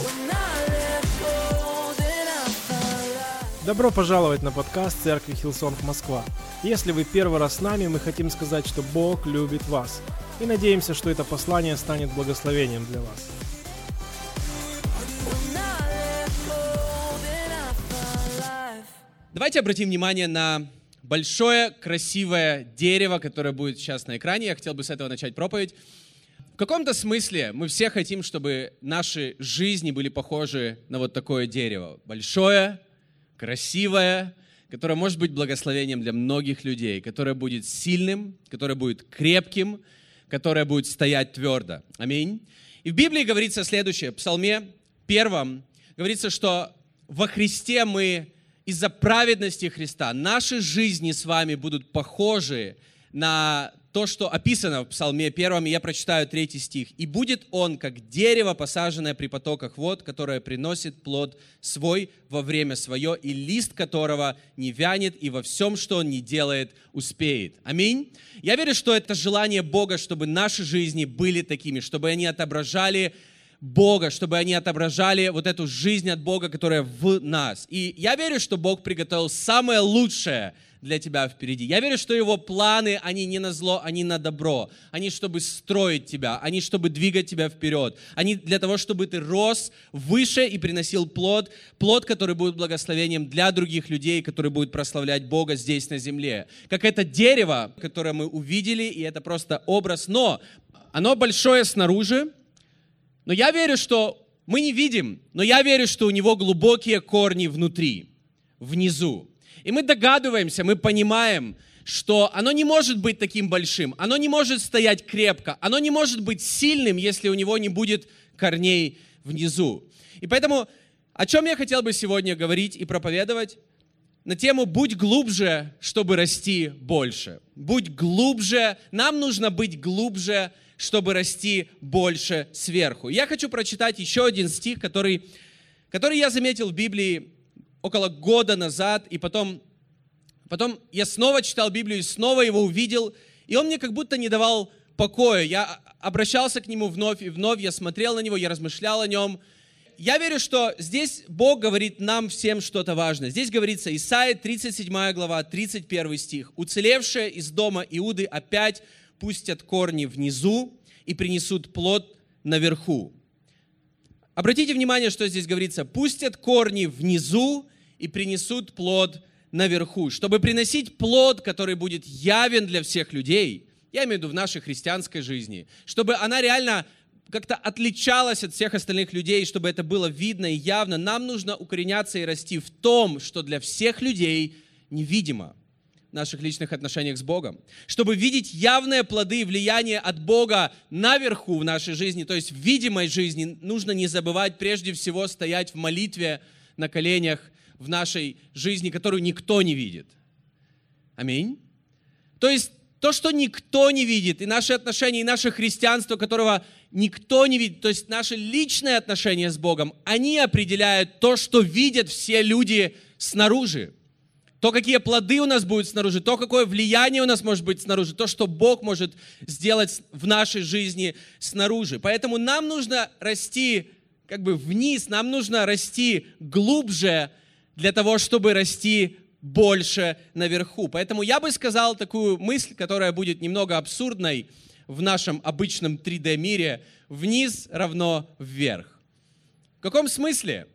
Добро пожаловать на подкаст Церкви Хиллсонг Москва. Если вы первый раз с нами, мы хотим сказать, что Бог любит вас. И надеемся, что это послание станет благословением для вас. Давайте обратим внимание на большое, красивое дерево, которое будет сейчас на экране. Я хотел бы с этого начать проповедь. В каком-то смысле мы все хотим, чтобы наши жизни были похожи на вот такое дерево. Большое, красивое, которое может быть благословением для многих людей, которое будет сильным, которое будет крепким, которое будет стоять твердо. Аминь. И в Библии говорится следующее. В Псалме 1 говорится, что во Христе мы из-за праведности Христа, наши жизни с вами будут похожи на то, что описано в Псалме 1, и я прочитаю 3 стих. «И будет он, как дерево, посаженное при потоках вод, которое приносит плод свой во время свое, и лист которого не вянет, и во всем, что он не делает, успеет». Аминь. Я верю, что это желание Бога, чтобы наши жизни были такими, чтобы они отображали Бога, чтобы они отображали вот эту жизнь от Бога, которая в нас. И я верю, что Бог приготовил самое лучшее для тебя впереди. Я верю, что Его планы, они не на зло, они на добро. Они, чтобы строить тебя, они, чтобы двигать тебя вперед. Они для того, чтобы ты рос выше и приносил плод, который будет благословением для других людей, который будет прославлять Бога здесь на земле. Как это дерево, которое мы увидели, и это просто образ, но оно большое снаружи, но я верю, что мы не видим, но я верю, что у него глубокие корни внутри, внизу. И мы догадываемся, мы понимаем, что оно не может быть таким большим, оно не может стоять крепко, оно не может быть сильным, если у него не будет корней внизу. И поэтому, о чем я хотел бы сегодня говорить и проповедовать? На тему «Будь глубже, чтобы расти больше». Будь глубже, нам нужно быть глубже, чтобы расти больше сверху. Я хочу прочитать еще один стих, который я заметил в Библии около года назад, и потом я снова читал Библию, и снова его увидел, и он мне как будто не давал покоя. Я обращался к нему вновь и вновь, я смотрел на него, я размышлял о нем. Я верю, что здесь Бог говорит нам всем что-то важное. Здесь говорится, Исайя 37 глава, 31 стих. «Уцелевшие из дома Иуды опять пустят корни внизу и принесут плод наверху». Обратите внимание, что здесь говорится. «Пустят корни внизу и принесут плод наверху». Чтобы приносить плод, который будет явен для всех людей, я имею в виду в нашей христианской жизни, чтобы она реально как-то отличалась от всех остальных людей, чтобы это было видно и явно, нам нужно укореняться и расти в том, что для всех людей невидимо в наших личных отношениях с Богом. Чтобы видеть явные плоды и влияние от Бога наверху в нашей жизни, то есть в видимой жизни, нужно не забывать прежде всего стоять в молитве на коленях в нашей жизни, которую никто не видит. Аминь. То есть то, что никто не видит, и наши отношения, и наше христианство, которого никто не видит, то есть наши личные отношения с Богом, они определяют то, что видят все люди снаружи. То, какие плоды у нас будут снаружи, то, какое влияние у нас может быть снаружи, то, что Бог может сделать в нашей жизни снаружи. Поэтому нам нужно расти как бы вниз, нам нужно расти глубже для того, чтобы расти больше наверху. Поэтому я бы сказал такую мысль, которая будет немного абсурдной в нашем обычном 3D-мире. Вниз равно вверх. В каком смысле?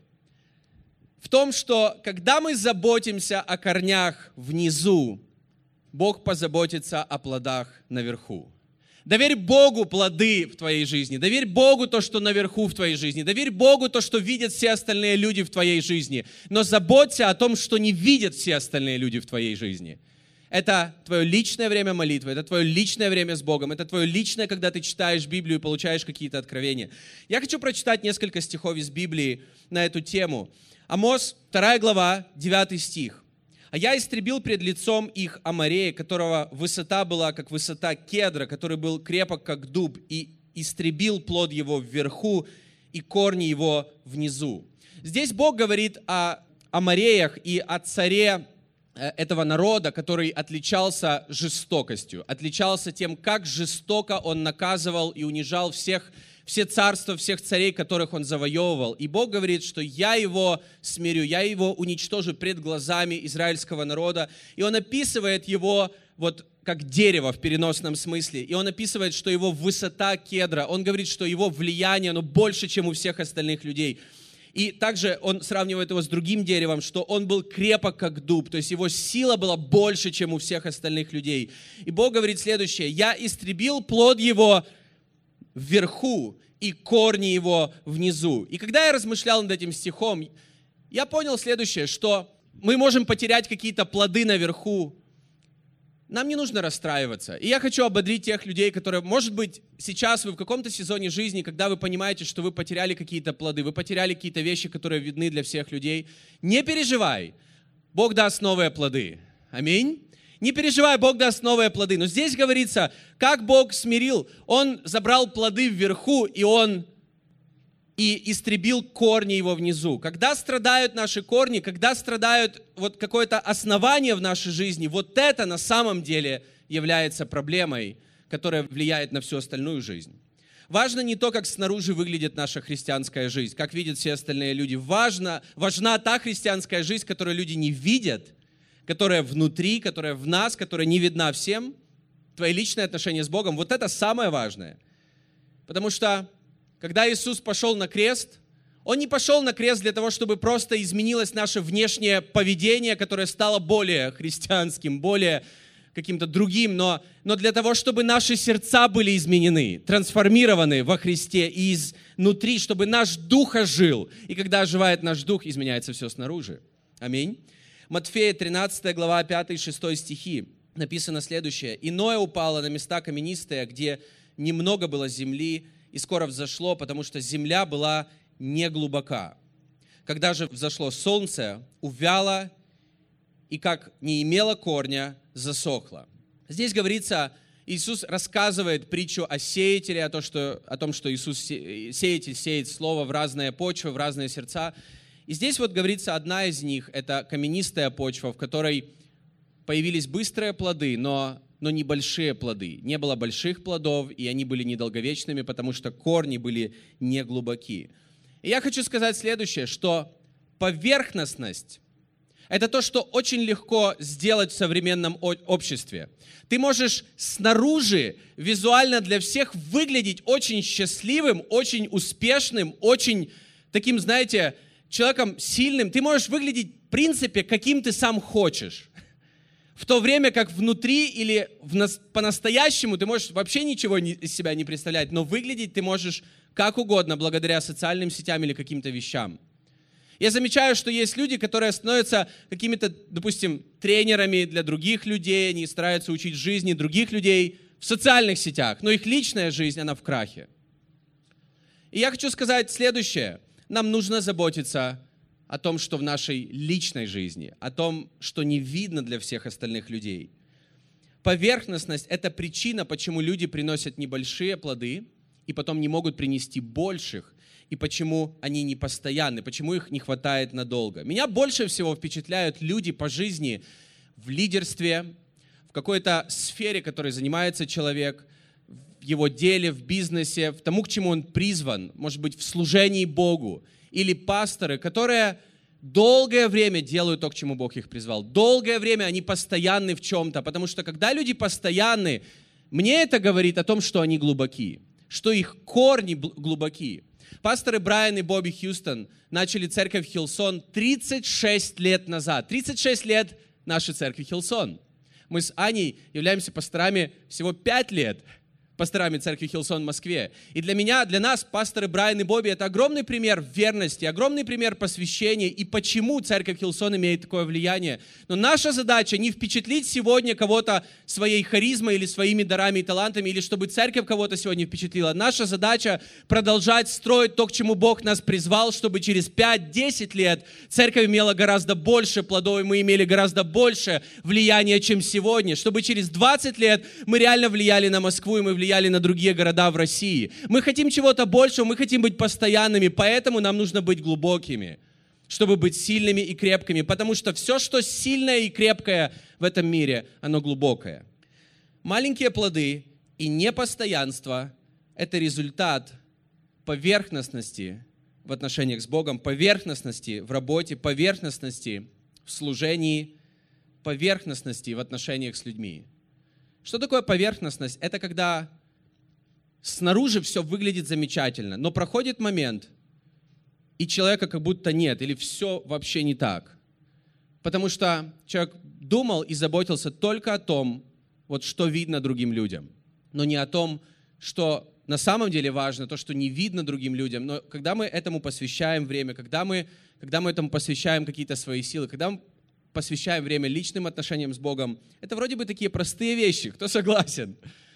В том, что когда мы заботимся о корнях внизу, Бог позаботится о плодах наверху. Доверь Богу плоды в твоей жизни. Доверь Богу то, что наверху в твоей жизни. Доверь Богу то, что видят все остальные люди в твоей жизни. Но заботься о том, что не видят все остальные люди в твоей жизни. Это твое личное время молитвы, это твое личное время с Богом, это твое личное, когда ты читаешь Библию и получаешь какие-то откровения. Я хочу прочитать несколько стихов из Библии на эту тему. Амос, 2 глава, 9 стих. «А я истребил пред лицом их Аморея, которого высота была, как высота кедра, который был крепок, как дуб, и истребил плод его вверху и корни его внизу». Здесь Бог говорит о Амореях и о царе этого народа, который отличался жестокостью, отличался тем, как жестоко он наказывал и унижал всех все царства, всех царей, которых он завоевывал. И Бог говорит, что я его смирю, я его уничтожу пред глазами израильского народа. И он описывает его вот как дерево в переносном смысле. И он описывает, что его высота кедра. Он говорит, что его влияние, оно больше, чем у всех остальных людей. И также он сравнивает его с другим деревом, что он был крепок, как дуб. То есть его сила была больше, чем у всех остальных людей. И Бог говорит следующее. «Я истребил плод его вверху и корни его внизу». И когда я размышлял над этим стихом, я понял следующее, что мы можем потерять какие-то плоды наверху. Нам не нужно расстраиваться. И я хочу ободрить тех людей, которые, может быть, сейчас вы в каком-то сезоне жизни, когда вы понимаете, что вы потеряли какие-то плоды, вы потеряли какие-то вещи, которые видны для всех людей. Не переживай, Бог даст новые плоды. Аминь. Не переживай, Бог даст новые плоды. Но здесь говорится, как Бог смирил. Он забрал плоды вверху, и Он истребил корни его внизу. Когда страдают наши корни, когда страдают вот какое-то основание в нашей жизни, вот это на самом деле является проблемой, которая влияет на всю остальную жизнь. Важно не то, как снаружи выглядит наша христианская жизнь, как видят все остальные люди. Важна та христианская жизнь, которую люди не видят, которая внутри, которая в нас, которая не видна всем, твои личные отношения с Богом, вот это самое важное. Потому что, когда Иисус пошел на крест, Он не пошел на крест для того, чтобы просто изменилось наше внешнее поведение, которое стало более христианским, более каким-то другим, но для того, чтобы наши сердца были изменены, трансформированы во Христе и изнутри, чтобы наш дух ожил. И когда оживает наш дух, изменяется все снаружи. Аминь. Матфея 13 глава 5-6 стихи написано следующее. «Иное упало на места каменистые, где немного было земли, и скоро взошло, потому что земля была не глубока. Когда же взошло солнце, увяло, и как не имело корня, засохло». Здесь говорится, Иисус рассказывает притчу о сеятеле, о том, что Иисус, сеятель, сеет слово в разные почвы, в разные сердца. И здесь вот говорится, одна из них, это каменистая почва, в которой появились быстрые плоды, но небольшие плоды. Не было больших плодов, и они были недолговечными, потому что корни были не глубоки. И я хочу сказать следующее, что поверхностность – это то, что очень легко сделать в современном обществе. Ты можешь снаружи визуально для всех выглядеть очень счастливым, очень успешным, очень таким, знаете, человеком сильным. Ты можешь выглядеть, в принципе, каким ты сам хочешь. В то время как внутри или по-настоящему ты можешь вообще ничего из себя не представлять, но выглядеть ты можешь как угодно, благодаря социальным сетям или каким-то вещам. Я замечаю, что есть люди, которые становятся какими-то, допустим, тренерами для других людей, они стараются учить жизни других людей в социальных сетях, но их личная жизнь, она в крахе. И я хочу сказать следующее. Нам нужно заботиться о том, что в нашей личной жизни, о том, что не видно для всех остальных людей. Поверхностность – это причина, почему люди приносят небольшие плоды и потом не могут принести больших, и почему они не постоянны, почему их не хватает надолго. Меня больше всего впечатляют люди по жизни в лидерстве, в какой-то сфере, которой занимается человек, в его деле, в бизнесе, в тому, к чему он призван, может быть, в служении Богу. Или пасторы, которые долгое время делают то, к чему Бог их призвал. Долгое время они постоянны в чем-то, потому что когда люди постоянны, мне это говорит о том, что они глубоки, что их корни глубоки. Пасторы Брайан и Бобби Хьюстон начали церковь Хиллсон 36 лет назад. 36 лет нашей церкви Хиллсон. Мы с Аней являемся пасторами всего 5 лет. Пасторами церкви Хиллсон в Москве. И для нас, пасторы Брайан и Бобби, это огромный пример верности, огромный пример посвящения и почему церковь Хиллсон имеет такое влияние. Но наша задача не впечатлить сегодня кого-то своей харизмой или своими дарами и талантами, или чтобы церковь кого-то сегодня впечатлила. Наша задача продолжать строить то, к чему Бог нас призвал, чтобы через 5-10 лет церковь имела гораздо больше плодов, и мы имели гораздо больше влияния, чем сегодня. Чтобы через 20 лет мы реально влияли на Москву, и мы влияли на другие города в России. Мы хотим чего-то большего, мы хотим быть постоянными, поэтому нам нужно быть глубокими, чтобы быть сильными и крепкими, потому что все, что сильное и крепкое в этом мире, оно глубокое. Маленькие плоды и непостоянство – это результат поверхностности в отношениях с Богом, поверхностности в работе, поверхностности в служении, поверхностности в отношениях с людьми. Что такое поверхностность? Это когда снаружи все выглядит замечательно, но проходит момент, и человека как будто нет, или все вообще не так. Потому что человек думал и заботился только о том, вот что видно другим людям, но не о том, что на самом деле важно, то, что не видно другим людям. Но когда мы этому посвящаем время, когда мы этому посвящаем какие-то свои силы, когда мы посвящаем время личным отношениям с Богом, это вроде бы такие простые вещи, кто согласен?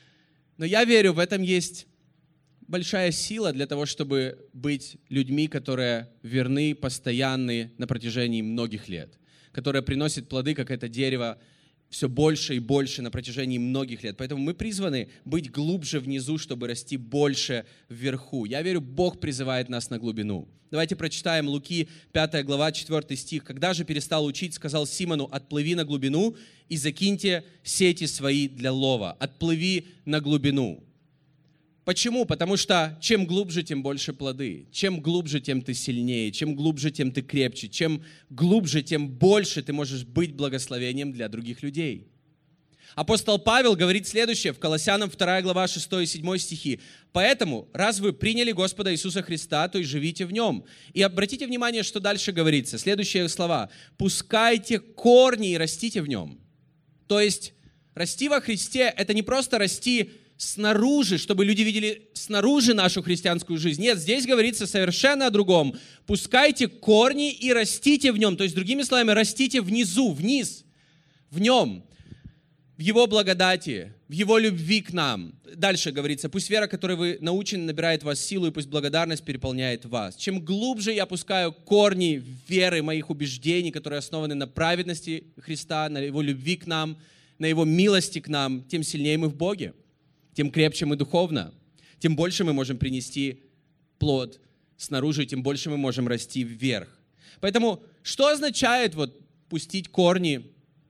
Но я верю, в этом есть большая сила для того, чтобы быть людьми, которые верны, постоянны на протяжении многих лет, которые приносят плоды, как это дерево, все больше и больше на протяжении многих лет. Поэтому мы призваны быть глубже внизу, чтобы расти больше вверху. Я верю, Бог призывает нас на глубину. Давайте прочитаем Луки, 5 глава, 4 стих. «Когда же перестал учить, сказал Симону: отплыви на глубину и закиньте сети свои для лова». Отплыви на глубину. Почему? Потому что чем глубже, тем больше плоды. Чем глубже, тем ты сильнее. Чем глубже, тем ты крепче. Чем глубже, тем больше ты можешь быть благословением для других людей. Апостол Павел говорит следующее в Колоссянам 2 глава 6 и 7 стихи. «Поэтому, раз вы приняли Господа Иисуса Христа, то и живите в Нем». И обратите внимание, что дальше говорится. Следующие слова. «Пускайте корни и растите в Нем». То есть, расти во Христе – это не просто расти снаружи, чтобы люди видели снаружи нашу христианскую жизнь. Нет, здесь говорится совершенно о другом. Пускайте корни и растите в нем. То есть, другими словами, растите внизу, вниз, в нем, в его благодати, в его любви к нам. Дальше говорится, пусть вера, которой вы научены, набирает в вас силу, и пусть благодарность переполняет вас. Чем глубже я пускаю корни веры, моих убеждений, которые основаны на праведности Христа, на его любви к нам, на его милости к нам, тем сильнее мы в Боге. Тем крепче мы духовно, тем больше мы можем принести плод снаружи, тем больше мы можем расти вверх. Поэтому, что означает пускать корни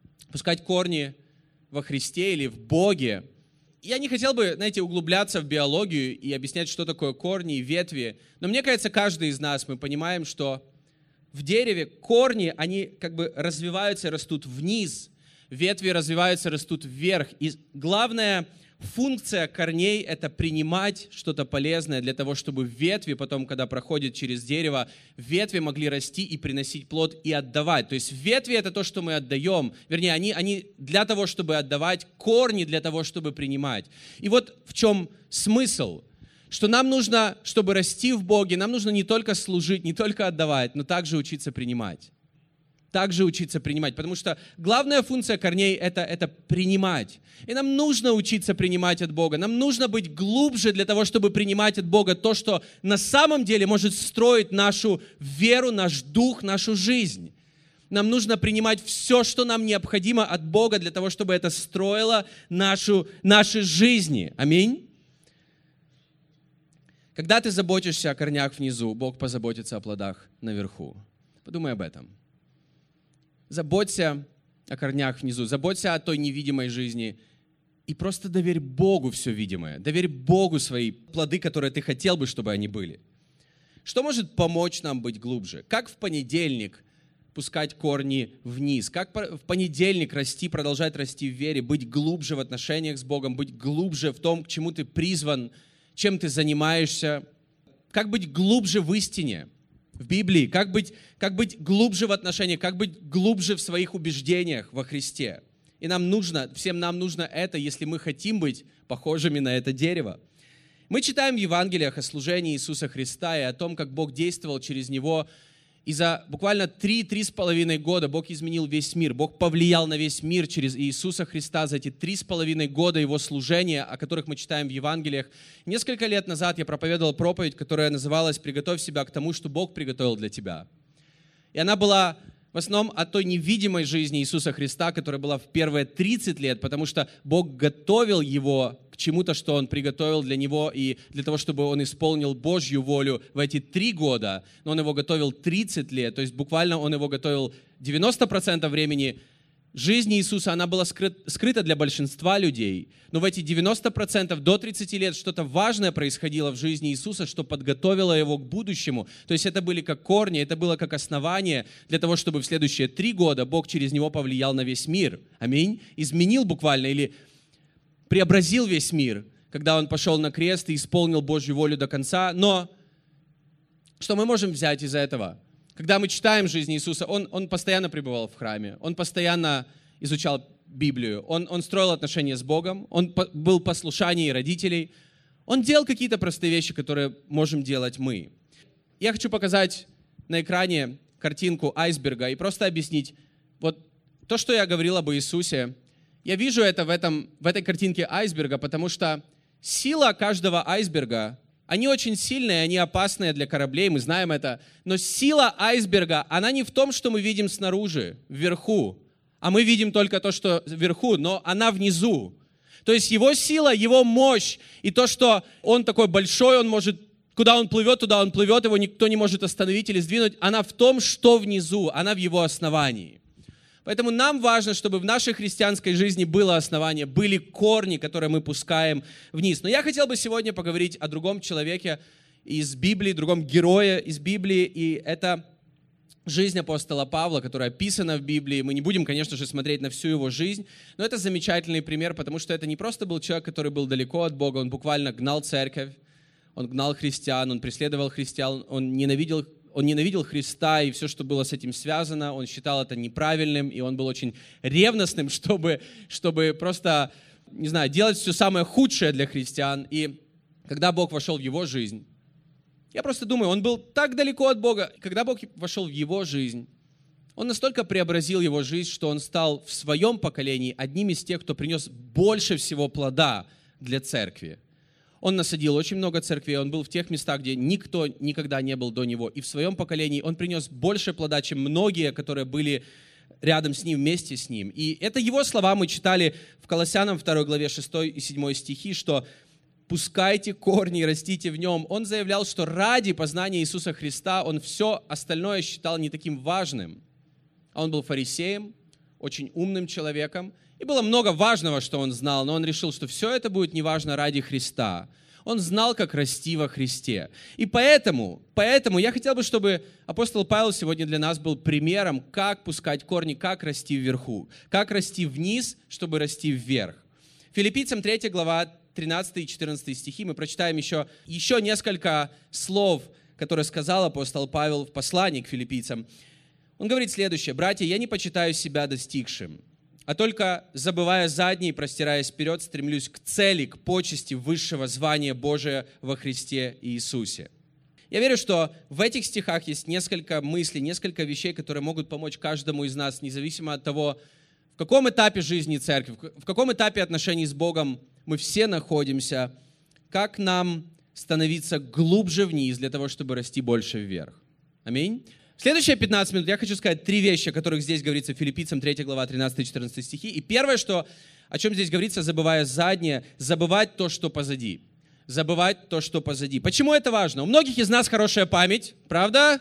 во Христе или в Боге? Я не хотел бы, углубляться в биологию и объяснять, что такое корни и ветви, но мне кажется, каждый из нас, мы понимаем, что в дереве корни, они развиваются и растут вниз, ветви развиваются и растут вверх. И главное, функция корней – это принимать что-то полезное для того, чтобы ветви потом, когда проходят через дерево, ветви могли расти и приносить плод и отдавать. То есть ветви – это то, что мы отдаем. Вернее, они для того, чтобы отдавать, корни для того, чтобы принимать. И вот в чем смысл. Что нам нужно, чтобы расти в Боге, нам нужно не только служить, не только отдавать, но также учиться принимать. Потому что главная функция корней – это принимать. И нам нужно учиться принимать от Бога. Нам нужно быть глубже для того, чтобы принимать от Бога то, что на самом деле может строить нашу веру, наш дух, нашу жизнь. Нам нужно принимать все, что нам необходимо от Бога для того, чтобы это строило наши жизни. Аминь. Когда ты заботишься о корнях внизу, Бог позаботится о плодах наверху. Подумай об этом. Заботься о корнях внизу, заботься о той невидимой жизни и просто доверь Богу все видимое. Доверь Богу свои плоды, которые ты хотел бы, чтобы они были. Что может помочь нам быть глубже? Как в понедельник пускать корни вниз? Как в понедельник продолжать расти в вере, быть глубже в отношениях с Богом, быть глубже в том, к чему ты призван, чем ты занимаешься? Как быть глубже в истине? В Библии, как быть глубже в отношениях, как быть глубже в своих убеждениях во Христе. И всем нам нужно это, если мы хотим быть похожими на это дерево. Мы читаем в Евангелиях о служении Иисуса Христа и о том, как Бог действовал через Него. И за буквально 3-3,5 года Бог изменил весь мир. Бог повлиял на весь мир через Иисуса Христа за эти 3,5 года Его служения, о которых мы читаем в Евангелиях. Несколько лет назад я проповедовал проповедь, которая называлась «Приготовь себя к тому, что Бог приготовил для тебя». И она была в основном о той невидимой жизни Иисуса Христа, которая была в первые 30 лет, потому что Бог готовил Его к чему-то, что Он приготовил для Него, и для того, чтобы Он исполнил Божью волю в эти 3 года, но Он его готовил 30 лет, то есть буквально Он его готовил 90% времени жизнь Иисуса, она была скрыта для большинства людей, но в эти 90% до 30 лет что-то важное происходило в жизни Иисуса, что подготовило его к будущему. То есть это были как корни, это было как основание для того, чтобы в следующие 3 года Бог через него повлиял на весь мир. Аминь. Изменил буквально или преобразил весь мир, когда он пошел на крест и исполнил Божью волю до конца. Но что мы можем взять из этого? Когда мы читаем жизнь Иисуса, он постоянно пребывал в храме, он постоянно изучал Библию, он строил отношения с Богом, он был послушанием родителей, он делал какие-то простые вещи, которые можем делать мы. Я хочу показать на экране картинку айсберга и просто объяснить, вот то, что я говорил об Иисусе, я вижу это в этой картинке айсберга, потому что сила каждого айсберга, они очень сильные, они опасные для кораблей, мы знаем это. Но сила айсберга, она не в том, что мы видим снаружи, вверху, а мы видим только то, что вверху, но она внизу. То есть его сила, его мощь и то, что он такой большой, он может, куда он плывет, туда он плывет, его никто не может остановить или сдвинуть, она в том, что внизу, она в его основании. Поэтому нам важно, чтобы в нашей христианской жизни было основание, были корни, которые мы пускаем вниз. Но я хотел бы сегодня поговорить о другом человеке из Библии, другом герое из Библии, и это жизнь апостола Павла, которая описана в Библии. Мы не будем, конечно же, смотреть на всю его жизнь, но это замечательный пример, потому что это не просто был человек, который был далеко от Бога, он буквально гнал церковь, он гнал христиан, он преследовал христиан, он ненавидел Христа и все, что было с этим связано, он считал это неправильным, и он был очень ревностным, чтобы просто, не знаю, делать все самое худшее для христиан. И когда Бог вошел в его жизнь, я просто думаю, он был так далеко от Бога. Когда Бог вошел в его жизнь, он настолько преобразил его жизнь, что он стал в своем поколении одним из тех, кто принес больше всего плода для церкви. Он насадил очень много церквей, он был в тех местах, где никто никогда не был до него. И в своем поколении он принес больше плода, чем многие, которые были рядом с ним, вместе с ним. И это его слова мы читали в Колоссянам 2 главе 6 и 7 стихи, что «пускайте корни и растите в нем». Он заявлял, что ради познания Иисуса Христа он все остальное считал не таким важным. А он был фарисеем, очень умным человеком, и было много важного, что он знал, но он решил, что все это будет неважно ради Христа. Он знал, как расти во Христе. И поэтому я хотел бы, чтобы апостол Павел сегодня для нас был примером, как пускать корни, как расти вверху, как расти вниз, чтобы расти вверх. Филиппийцам 3 глава 13 и 14 стихи мы прочитаем еще несколько слов, которые сказал апостол Павел в послании к филиппийцам. Он говорит следующее: «Братья, я не почитаю себя достигшим, а только, забывая заднее и простираясь вперед, стремлюсь к цели, к почести высшего звания Божия во Христе Иисусе». Я верю, что в этих стихах есть несколько мыслей, несколько вещей, которые могут помочь каждому из нас, независимо от того, в каком этапе жизни церкви, в каком этапе отношений с Богом мы все находимся, как нам становиться глубже вниз для того, чтобы расти больше вверх. Аминь. В следующие 15 минут я хочу сказать 3 вещи, о которых здесь говорится в Филиппийцам 3 глава 13 и 14 стихи. И первое, о чем здесь говорится, забывая заднее, забывать то, что позади. Забывать то, что позади. Почему это важно? У многих из нас хорошая память, правда?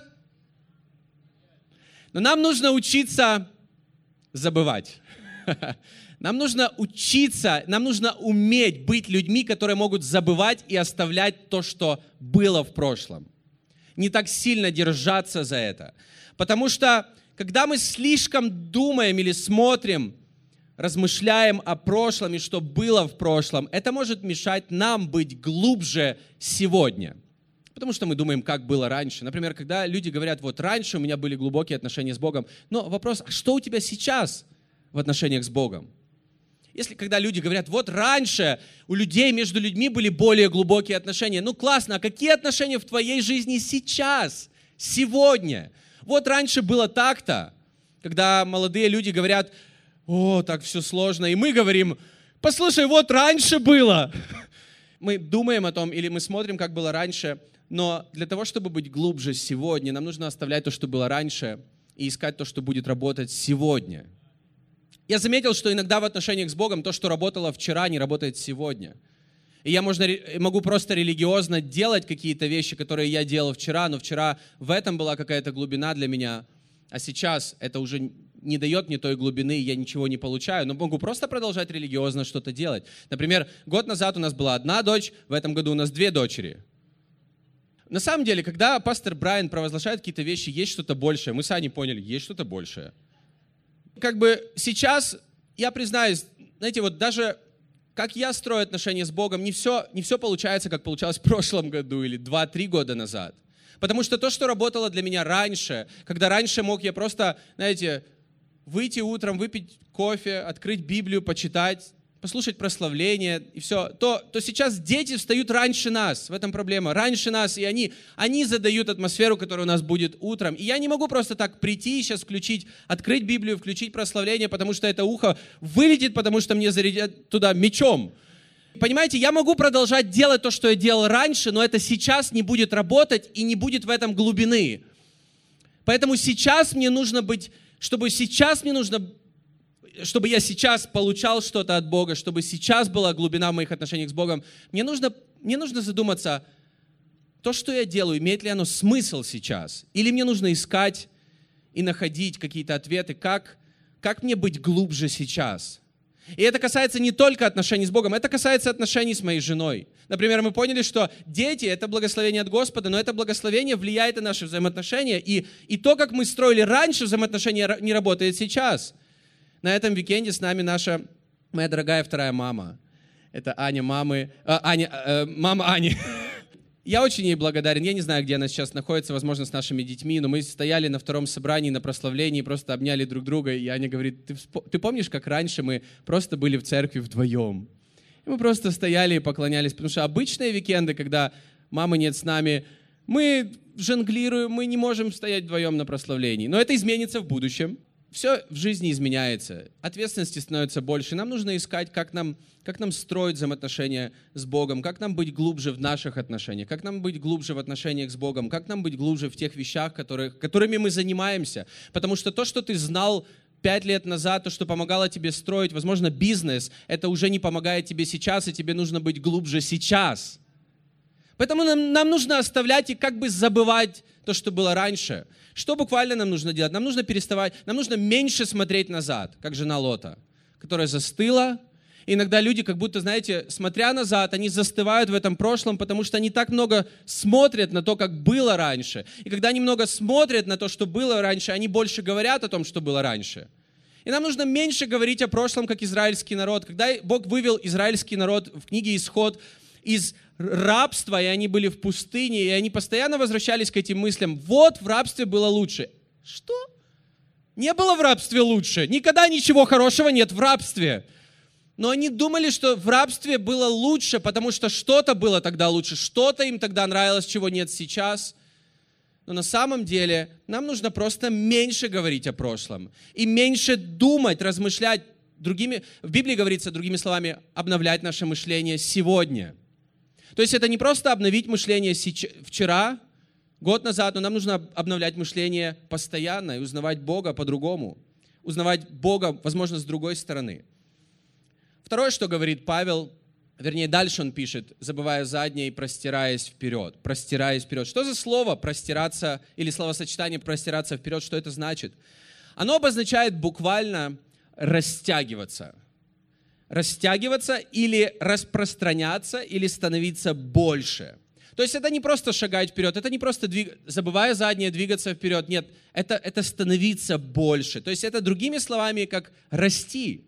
Но нам нужно учиться забывать. Нам нужно учиться, нам нужно уметь быть людьми, которые могут забывать и оставлять то, что было в прошлом. Не так сильно держаться за это. Потому что, когда мы слишком думаем или смотрим, размышляем о прошлом и что было в прошлом, это может мешать нам быть глубже сегодня. Потому что мы думаем, как было раньше. Например, когда люди говорят, вот раньше у меня были глубокие отношения с Богом. Но вопрос, а что у тебя сейчас в отношениях с Богом? Когда люди говорят, вот раньше у людей, между людьми были более глубокие отношения. Ну классно, а какие отношения в твоей жизни сейчас, сегодня? Вот раньше было так-то, когда молодые люди говорят, о, так все сложно. И мы говорим, послушай, вот раньше было. Мы думаем о том, или мы смотрим, как было раньше, но для того, чтобы быть глубже сегодня, нам нужно оставлять то, что было раньше, и искать то, что будет работать сегодня. Я заметил, что иногда в отношениях с Богом то, что работало вчера, не работает сегодня. И я могу просто религиозно делать какие-то вещи, которые я делал вчера, но вчера в этом была какая-то глубина для меня, а сейчас это уже не дает мне той глубины, и я ничего не получаю, но могу просто продолжать религиозно что-то делать. Например, год назад у нас была одна дочь, в этом году у нас 2 дочери. На самом деле, когда пастор Брайан провозглашает какие-то вещи, есть что-то большее. Мы с Аней поняли, есть что-то большее. Как бы сейчас, я признаюсь, знаете, вот даже как я строю отношения с Богом, не все получается, как получалось в прошлом году или 2-3 года назад. Потому что то, что работало для меня раньше, когда раньше мог я просто, знаете, выйти утром, выпить кофе, открыть Библию, почитать, послушать прославление и все, то сейчас дети встают раньше нас, в этом проблема, раньше нас, и они задают атмосферу, которая у нас будет утром. И я не могу просто так прийти и сейчас открыть Библию, включить прославление, потому что это ухо вылетит, потому что мне зарядят туда мечом. Понимаете, я могу продолжать делать то, что я делал раньше, но это сейчас не будет работать и не будет в этом глубины. Поэтому сейчас мне нужно быть, чтобы я сейчас получал что-то от Бога, чтобы сейчас была глубина в моих отношениях с Богом, мне нужно задуматься, то, что я делаю, имеет ли оно смысл сейчас? Или мне нужно искать и находить какие-то ответы, как мне быть глубже сейчас? И это касается не только отношений с Богом, это касается отношений с моей женой. Например, мы поняли, что дети — это благословение от Господа, но это благословение влияет на наши взаимоотношения. И то, как мы строили раньше взаимоотношения, не работает сейчас. На этом уикенде с нами моя дорогая вторая мама. Это мама Ани. Я очень ей благодарен. Я не знаю, где она сейчас находится, возможно, с нашими детьми, но мы стояли на 2-м собрании, на прославлении, просто обняли друг друга, и Аня говорит, ты помнишь, как раньше мы просто были в церкви вдвоем? И мы просто стояли и поклонялись, потому что обычные уикенды, когда мамы нет с нами, мы жонглируем, мы не можем стоять вдвоем на прославлении. Но это изменится в будущем. Все в жизни изменяется, ответственности становится больше. Нам нужно искать, как нам строить взаимоотношения с Богом, как нам быть глубже в наших отношениях, как нам быть глубже в отношениях с Богом, как нам быть глубже в тех вещах, которыми мы занимаемся. Потому что то, что ты знал 5 лет назад, то, что помогало тебе строить, возможно, бизнес, это уже не помогает тебе сейчас, и тебе нужно быть глубже сейчас. Поэтому нам нужно оставлять и как бы забывать то, что было раньше. Что буквально нам нужно делать? Нам нужно меньше смотреть назад, как жена Лота, которая застыла. И иногда люди, как будто, знаете, смотря назад, они застывают в этом прошлом, потому что они так много смотрят на то, как было раньше. И когда они много смотрят на то, что было раньше, они больше говорят о том, что было раньше. И нам нужно меньше говорить о прошлом, как израильский народ. Когда Бог вывел израильский народ в книге «Исход» из рабства, и они были в пустыне, и они постоянно возвращались к этим мыслям. Вот в рабстве было лучше. Что? Не было в рабстве лучше. Никогда ничего хорошего нет в рабстве. Но они думали, что в рабстве было лучше, потому что что-то было тогда лучше, что-то им тогда нравилось, чего нет сейчас. Но на самом деле нам нужно просто меньше говорить о прошлом и меньше думать, размышлять. В Библии говорится, другими словами, обновлять наше мышление сегодня. То есть это не просто обновить мышление вчера, год назад, но нам нужно обновлять мышление постоянно и узнавать Бога по-другому. Узнавать Бога, возможно, с другой стороны. Второе, что говорит Павел, вернее, дальше он пишет, забывая заднее и простираясь вперед. Простираясь вперед. Что за слово простираться или словосочетание простираться вперед, что это значит? Оно обозначает буквально растягиваться. Растягиваться или распространяться, или становиться больше. То есть это не просто шагать вперед, это не просто забывая заднее, двигаться вперед. Нет, это становиться больше. То есть это другими словами, как расти.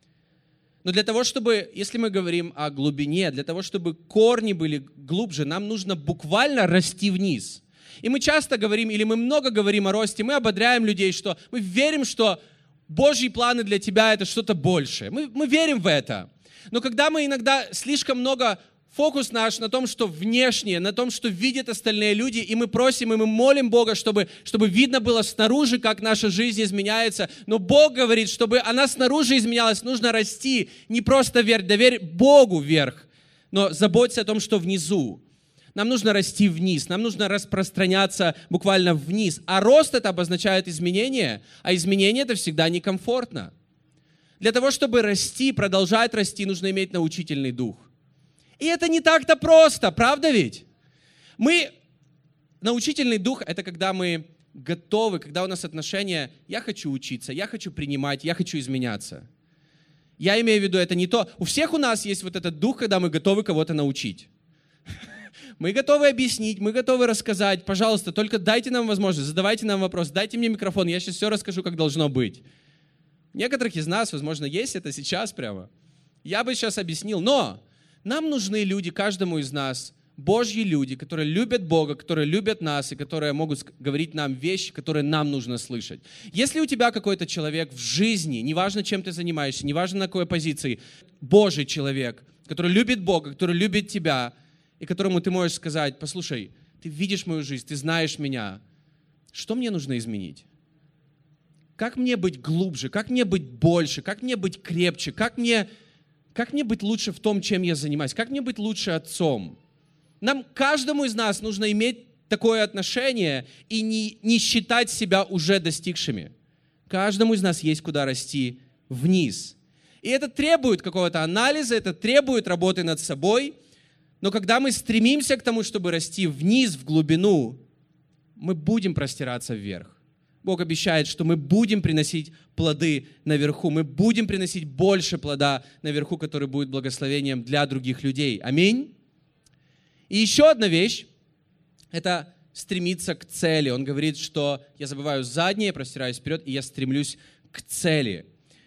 Но для того, чтобы, если мы говорим о глубине, для того, чтобы корни были глубже, нам нужно буквально расти вниз. И мы часто говорим, или мы много говорим о росте, мы ободряем людей, что мы верим, что Божьи планы для тебя — это что-то большее. Мы верим в это. Но когда мы иногда слишком много фокус наш на том, что внешнее, на том, что видят остальные люди, и мы просим, и мы молим Бога, чтобы видно было снаружи, как наша жизнь изменяется. Но Бог говорит, чтобы она снаружи изменялась, нужно расти. Не просто верь, доверь Богу вверх, но заботься о том, что внизу. Нам нужно расти вниз, нам нужно распространяться буквально вниз. А рост — это обозначает изменение, а изменение — это всегда некомфортно. Для того, чтобы расти, продолжать расти, нужно иметь научительный дух. И это не так-то просто, правда ведь? Научительный дух — это когда мы готовы, когда у нас отношения, я хочу учиться, я хочу принимать, я хочу изменяться. Я имею в виду, это не то. У всех у нас есть вот этот дух, когда мы готовы кого-то научить. Мы готовы объяснить, мы готовы рассказать. Пожалуйста, только дайте нам возможность, задавайте нам вопрос, дайте мне микрофон, я сейчас все расскажу, как должно быть. У некоторых из нас, возможно, есть это сейчас прямо. Я бы сейчас объяснил, но нам нужны люди, каждому из нас, Божьи люди, которые любят Бога, которые любят нас и которые могут говорить нам вещи, которые нам нужно слышать. Если у тебя какой-то человек в жизни, неважно, чем ты занимаешься, неважно, на какой позиции, Божий человек, который любит Бога, который любит тебя, и которому ты можешь сказать: послушай, ты видишь мою жизнь, ты знаешь меня, что мне нужно изменить? Как мне быть глубже, как мне быть больше, как мне быть крепче, как мне быть лучше в том, чем я занимаюсь, как мне быть лучше отцом? Нам, каждому из нас, нужно иметь такое отношение и не считать себя уже достигшими. Каждому из нас есть куда расти вниз. И это требует какого-то анализа, это требует работы над собой. Но когда мы стремимся к тому, чтобы расти вниз, в глубину, мы будем простираться вверх. Бог обещает, что мы будем приносить плоды наверху, мы будем приносить больше плода наверху, который будет благословением для других людей. Аминь. И еще одна вещь – это стремиться к цели. Он говорит, что я забываю заднее, я простираюсь вперед, и я стремлюсь к цели.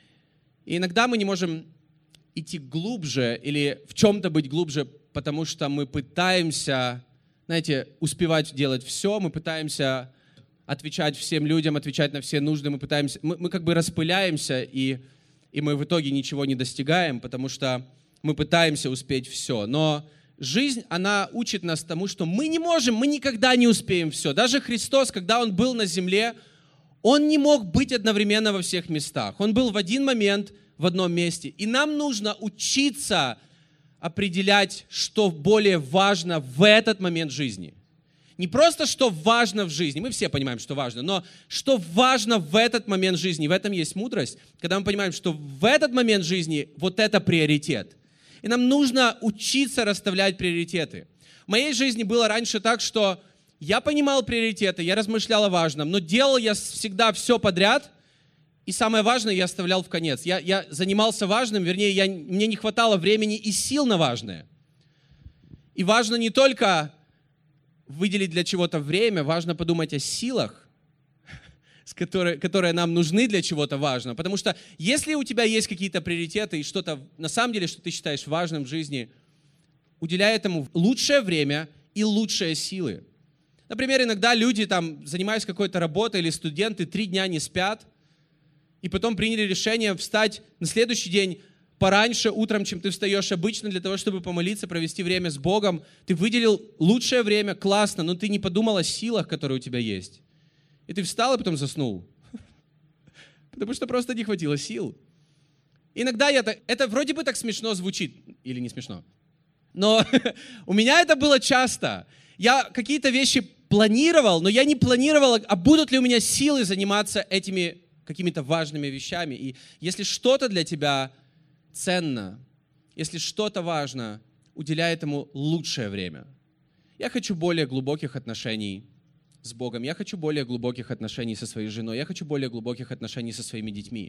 И иногда мы не можем идти глубже или в чем-то быть глубже, потому что мы пытаемся, знаете, успевать делать все, мы пытаемся отвечать всем людям, отвечать на все нужды, мы как бы распыляемся, и мы в итоге ничего не достигаем, потому что мы пытаемся успеть все. Но жизнь, она учит нас тому, что мы не можем, мы никогда не успеем все. Даже Христос, когда Он был на земле, Он не мог быть одновременно во всех местах. Он был в один момент в одном месте. И нам нужно учиться определять, что более важно в этот момент жизни. Не просто, что важно в жизни, мы все понимаем, что важно, но что важно в этот момент жизни. В этом есть мудрость, когда мы понимаем, что в этот момент жизни вот это приоритет. И нам нужно учиться расставлять приоритеты. В моей жизни было раньше так, что я понимал приоритеты, я размышлял о важном, но делал я всегда все подряд, и самое важное я оставлял в конец. Я занимался важным, вернее, мне не хватало времени и сил на важное. И важно не только выделить для чего-то время, важно подумать о силах, которые нам нужны для чего-то важного. Потому что если у тебя есть какие-то приоритеты и что-то на самом деле, что ты считаешь важным в жизни, уделяй этому лучшее время и лучшие силы. Например, иногда люди, занимаясь какой-то работой, или студенты 3 дня не спят, и потом приняли решение встать на следующий день пораньше, утром, чем ты встаешь обычно, для того, чтобы помолиться, провести время с Богом. Ты выделил лучшее время, классно, но ты не подумал о силах, которые у тебя есть. И ты встал и потом заснул. Потому что просто не хватило сил. Иногда это вроде бы так смешно звучит, или не смешно. Но у меня это было часто. Я какие-то вещи планировал, но я не планировал, а будут ли у меня силы заниматься этими какими-то важными вещами. И если что-то для тебя ценно, если что-то важно, уделяй этому лучшее время. Я хочу более глубоких отношений с Богом, я хочу более глубоких отношений со своей женой, я хочу более глубоких отношений со своими детьми.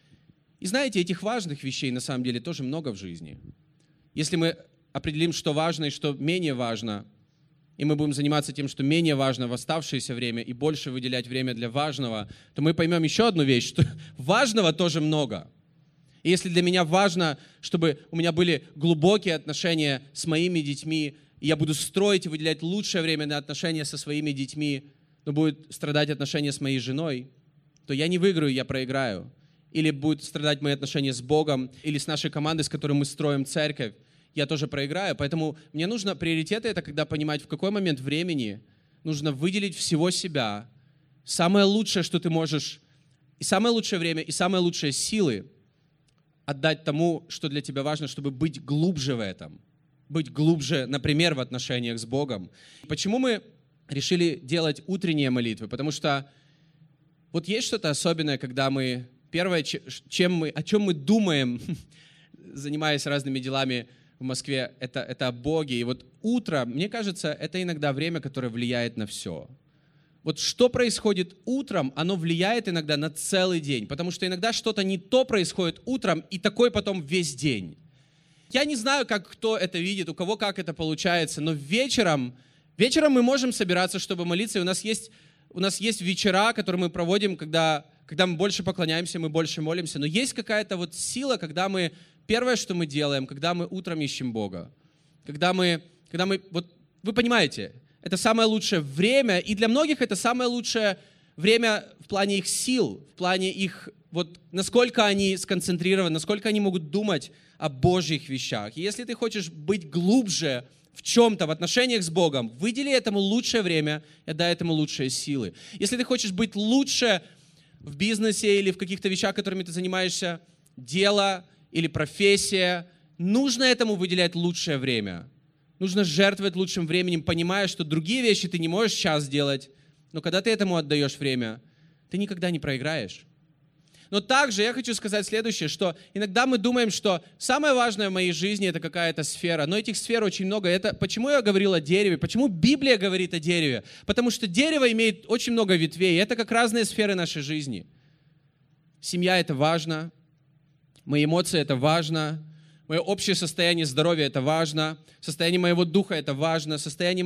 И знаете, этих важных вещей на самом деле тоже много в жизни. Если мы определим, что важно и что менее важно, и мы будем заниматься тем, что менее важно в оставшееся время, и больше выделять время для важного, то мы поймем еще одну вещь, что важного тоже много. И если для меня важно, чтобы у меня были глубокие отношения с моими детьми, и я буду строить и выделять лучшее время на отношения со своими детьми, но будут страдать отношения с моей женой, то я не выиграю, я проиграю. Или будут страдать мои отношения с Богом, или с нашей командой, с которой мы строим церковь, я тоже проиграю. Поэтому мне нужно приоритеты, это когда понимать, в какой момент времени нужно выделить всего себя, самое лучшее, что ты можешь, и самое лучшее время, и самые лучшие силы отдать тому, что для тебя важно, чтобы быть глубже в этом. Быть глубже, например, в отношениях с Богом. Почему мы решили делать утренние молитвы? Потому что вот есть что-то особенное, когда мы... Первое, о чем мы думаем, занимаясь разными делами в Москве, это о Боге. И вот утро, мне кажется, это иногда время, которое влияет на все. вот что происходит утром, оно влияет иногда на целый день, потому что иногда что-то не то происходит утром, и такой потом весь день. Я не знаю, как кто это видит, у кого как это получается, но вечером мы можем собираться, чтобы молиться, и у нас есть вечера, которые мы проводим, когда мы больше поклоняемся, мы больше молимся, но есть какая-то вот сила, когда первое, что мы делаем, когда мы утром ищем Бога, когда мы, вот вы понимаете, это самое лучшее время, и для многих это самое лучшее время в плане их сил, в плане их, вот насколько они сконцентрированы, насколько они могут думать о Божьих вещах. И если ты хочешь быть глубже в чем-то, в отношениях с Богом, выдели этому лучшее время и дай этому лучшие силы. Если ты хочешь быть лучше в бизнесе или в каких-то вещах, которыми ты занимаешься, дело или профессия, нужно этому выделять лучшее время. Нужно жертвовать лучшим временем, понимая, что другие вещи ты не можешь сейчас сделать, но когда ты этому отдаешь время, ты никогда не проиграешь. Но также я хочу сказать следующее, что иногда мы думаем, что самое важное в моей жизни — это какая-то сфера, но этих сфер очень много. Это почему я говорил о дереве, почему Библия говорит о дереве? Потому что дерево имеет очень много ветвей, и это как разные сферы нашей жизни. Семья — это важно, мои эмоции — это важно, мое общее состояние здоровья — это важно, состояние моего духа — это важно, состояние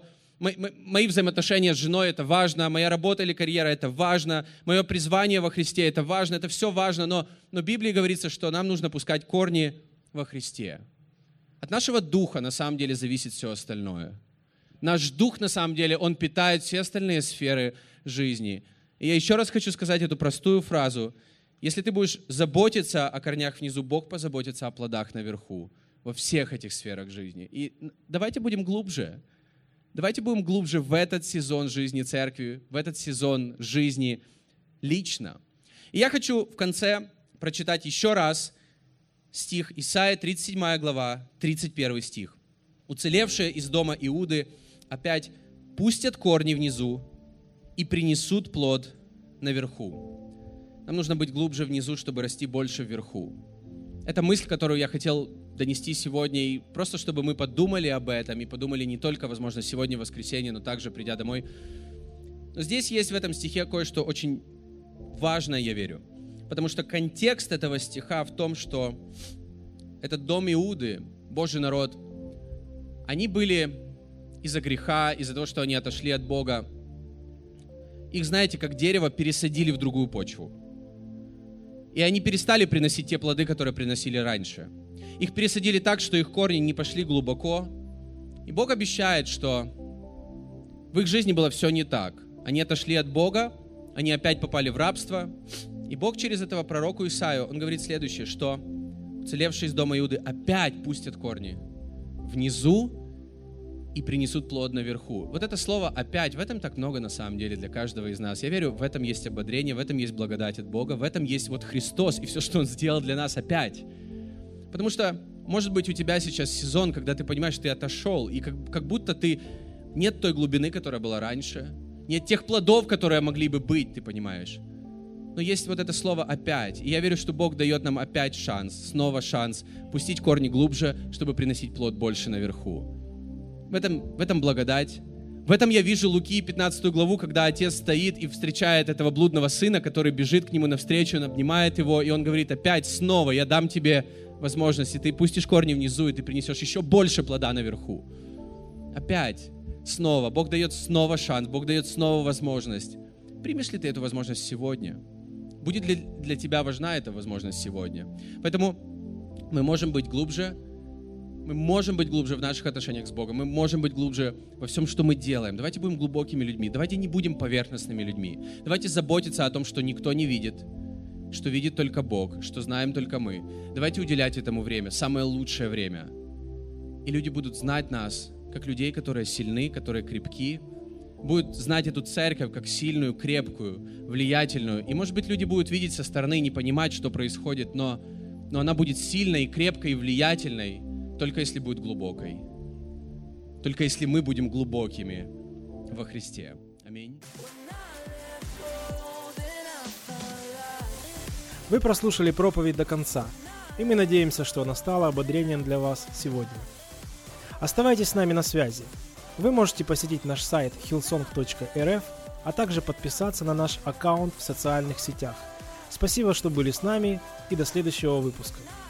мои взаимоотношения с женой — это важно, моя работа или карьера — это важно, мое призвание во Христе — это важно, это все важно, но в Библии говорится, что нам нужно пускать корни во Христе. От нашего духа на самом деле зависит все остальное. Наш дух на самом деле, он питает все остальные сферы жизни. И я еще раз хочу сказать эту простую фразу. Если ты будешь заботиться о корнях внизу, Бог позаботится о плодах наверху, во всех этих сферах жизни. И давайте будем глубже. Давайте будем глубже в этот сезон жизни церкви, в этот сезон жизни лично. И я хочу в конце прочитать еще раз стих Исайя, 37 глава, 31 стих. «Уцелевшие из дома Иуды опять пустят корни внизу и принесут плод наверху». Нам нужно быть глубже внизу, чтобы расти больше вверху. Это мысль, которую я хотел донести сегодня, и просто чтобы мы подумали об этом, и подумали не только, возможно, сегодня, в воскресенье, но также придя домой. Но здесь есть в этом стихе кое-что очень важное, я верю. Потому что контекст этого стиха в том, что этот дом Иуды, Божий народ, они были из-за греха, из-за того, что они отошли от Бога. Их, знаете, как дерево пересадили в другую почву. И они перестали приносить те плоды, которые приносили раньше. Их пересадили так, что их корни не пошли глубоко. И Бог обещает, что в их жизни было все не так. Они отошли от Бога, они опять попали в рабство. И Бог через этого пророку Исаию, он говорит следующее, что уцелевшие из дома Иуды опять пустят корни внизу и принесут плод наверху. Вот это слово «опять», в этом так много на самом деле для каждого из нас. Я верю, в этом есть ободрение, в этом есть благодать от Бога, в этом есть вот Христос и все, что Он сделал для нас опять. Потому что, может быть, у тебя сейчас сезон, когда ты понимаешь, ты отошел, и как будто нет той глубины, которая была раньше, нет тех плодов, которые могли бы быть, ты понимаешь. Но есть вот это слово «опять». И я верю, что Бог дает нам опять шанс, снова шанс пустить корни глубже, чтобы приносить плод больше наверху. В этом благодать. В этом я вижу Луки 15 главу, когда отец стоит и встречает этого блудного сына, который бежит к нему навстречу, он обнимает его, и он говорит: опять, снова я дам тебе возможность, и ты пустишь корни внизу, и ты принесешь еще больше плода наверху. Опять, снова. Бог дает снова шанс, Бог дает снова возможность. Примешь ли ты эту возможность сегодня? Будет ли для тебя важна эта возможность сегодня? Поэтому мы можем быть глубже, мы можем быть глубже в наших отношениях с Богом, мы можем быть глубже во всем, что мы делаем. Давайте будем глубокими людьми, давайте не будем поверхностными людьми. Давайте заботиться о том, что никто не видит, что видит только Бог, что знаем только мы. Давайте уделять этому время, самое лучшее время. И люди будут знать нас, как людей, которые сильны, которые крепки, будут знать эту церковь как сильную, крепкую, влиятельную. И, может быть, люди будут видеть со стороны, не понимать, что происходит, но она будет сильной, крепкой и влиятельной, только если будет глубокой. Только если мы будем глубокими во Христе. Аминь. Вы прослушали проповедь до конца, и мы надеемся, что она стала ободрением для вас сегодня. Оставайтесь с нами на связи. Вы можете посетить наш сайт hillsong.rf а также подписаться на наш аккаунт в социальных сетях. Спасибо, что были с нами, и до следующего выпуска.